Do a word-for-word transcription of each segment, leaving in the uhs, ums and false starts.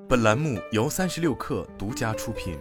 本栏目由三十六氪独家出品。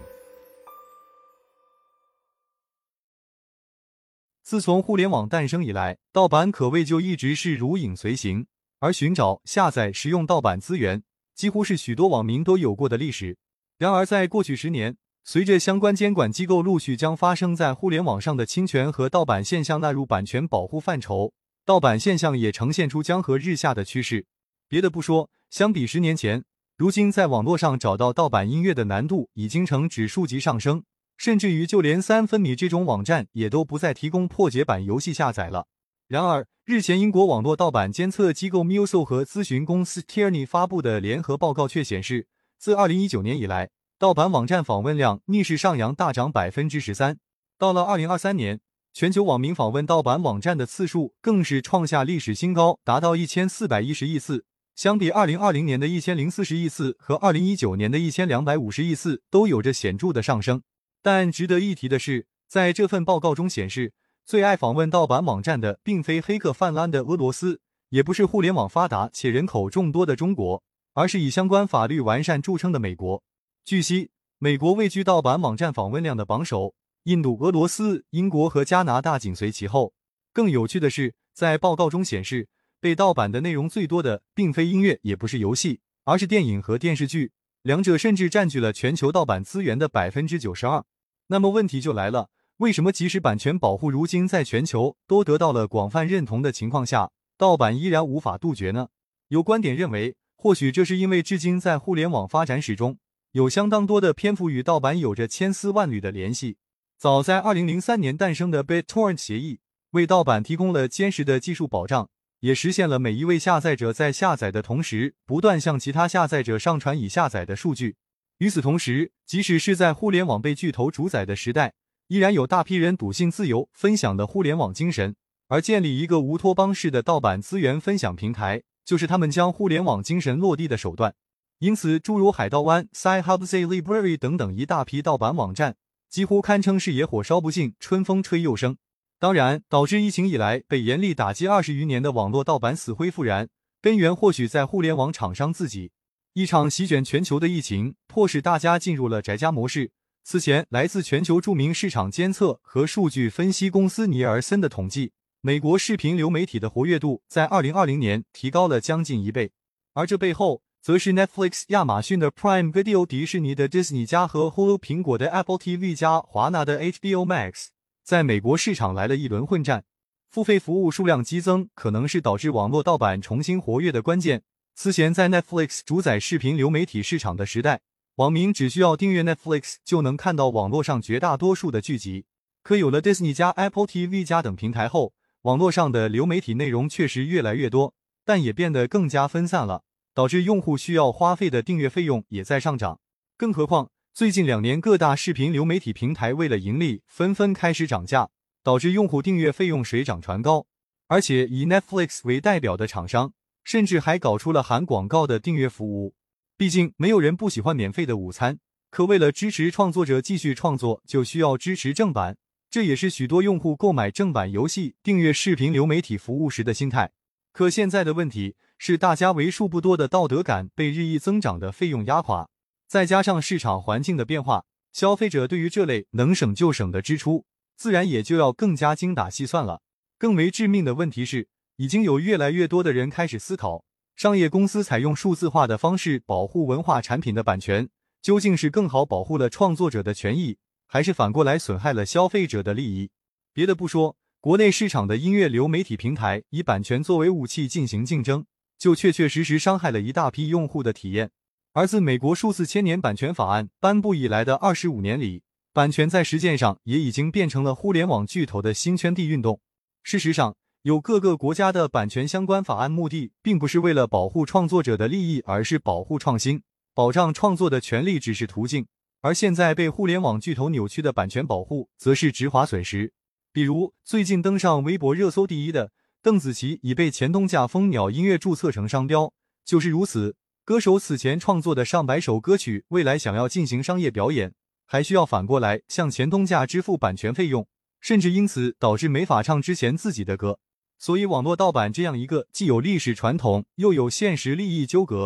自从互联网诞生以来，盗版可谓就一直是如影随形，而寻找、下载、使用盗版资源，几乎是许多网民都有过的历史。然而在过去十年，随着相关监管机构陆续将发生在互联网上的侵权和盗版现象纳入版权保护范畴，盗版现象也呈现出江河日下的趋势。别的不说，相比十年前，如今在网络上找到盗版音乐的难度已经呈指数级上升，甚至于就连三分米这种网站也都不再提供破解版游戏下载了。然而，日前英国网络盗版监测机构 M U S O 和咨询公司 Tierney 发布的联合报告却显示，自二零一九年以来，盗版网站访问量逆势上扬，大涨 百分之十三。 到了二零二三年，全球网民访问盗版网站的次数更是创下历史新高，达到一千四百一十亿次，相比二零二零年的一千零四十亿次和二零一九年的一千两百五十亿次都有着显著的上升。但值得一提的是，在这份报告中显示，最爱访问盗版网站的并非黑客泛滥的俄罗斯，也不是互联网发达且人口众多的中国，而是以相关法律完善著称的美国。据悉，美国位居盗版网站访问量的榜首，印度、俄罗斯、英国和加拿大紧随其后。更有趣的是，在报告中显示，被盗版的内容最多的并非音乐，也不是游戏，而是电影和电视剧，两者甚至占据了全球盗版资源的 百分之九十二。 那么问题就来了，为什么即使版权保护如今在全球都得到了广泛认同的情况下，盗版依然无法杜绝呢？有观点认为，或许这是因为至今在互联网发展史中，有相当多的篇幅与盗版有着千丝万缕的联系。早在二零零三年诞生的 BitTorrent 协议，为盗版提供了坚实的技术保障，也实现了每一位下载者在下载的同时，不断向其他下载者上传已下载的数据。与此同时，即使是在互联网被巨头主宰的时代，依然有大批人笃信自由分享的互联网精神，而建立一个乌托邦式的盗版资源分享平台，就是他们将互联网精神落地的手段。因此，诸如海盗湾、Sci-Hub Library 等等一大批盗版网站，几乎堪称是野火烧不尽，春风吹又生。当然，导致疫情以来被严厉打击二十余年的网络盗版死灰复燃，根源或许在互联网厂商自己。一场席卷全球的疫情，迫使大家进入了宅家模式。此前，来自全球著名市场监测和数据分析公司尼尔森的统计，美国视频流媒体的活跃度在二零二零年提高了将近一倍。而这背后，则是 Netflix、亚马逊的 Prime Video、迪士尼的 Disney 加和 Hulu、苹果的 Apple T V 加、华纳的 H B O Max， 在美国市场来了一轮混战。付费服务数量激增，可能是导致网络盗版重新活跃的关键。此前在 Netflix 主宰视频流媒体市场的时代，网民只需要订阅 Netflix 就能看到网络上绝大多数的剧集。可有了 Disney 加、Apple T V 加等平台后，网络上的流媒体内容确实越来越多，但也变得更加分散了，导致用户需要花费的订阅费用也在上涨。更何况，最近两年各大视频流媒体平台为了盈利，纷纷开始涨价，导致用户订阅费用水涨船高。而且以 Netflix 为代表的厂商，甚至还搞出了含广告的订阅服务。毕竟没有人不喜欢免费的午餐，可为了支持创作者继续创作，就需要支持正版。这也是许多用户购买正版游戏、订阅视频流媒体服务时的心态。可现在的问题是，大家为数不多的道德感被日益增长的费用压垮，再加上市场环境的变化，消费者对于这类能省就省的支出，自然也就要更加精打细算了。更为致命的问题是，已经有越来越多的人开始思考，商业公司采用数字化的方式保护文化产品的版权，究竟是更好保护了创作者的权益，还是反过来损害了消费者的利益？别的不说，国内市场的音乐流媒体平台以版权作为武器进行竞争，就确确实实伤害了一大批用户的体验。而自美国数字千年版权法案颁布以来的二十五年里，版权在实践上也已经变成了互联网巨头的新圈地运动。事实上，有各个国家的版权相关法案目的并不是为了保护创作者的利益，而是保护创新，保障创作的权利只是途径。而现在被互联网巨头扭曲的版权保护，则是直滑损失。比如最近登上微博热搜第一的邓紫棋已被前东家蜂鸟音乐注册成商标，就是如此。歌手此前创作的上百首歌曲，未来想要进行商业表演，还需要反过来向前东家支付版权费用，甚至因此导致没法唱之前自己的歌。所以网络盗版这样一个既有历史传统又有现实利益纠葛，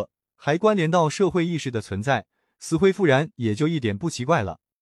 还关联到社会意识的存在，死灰复燃也就一点不奇怪了。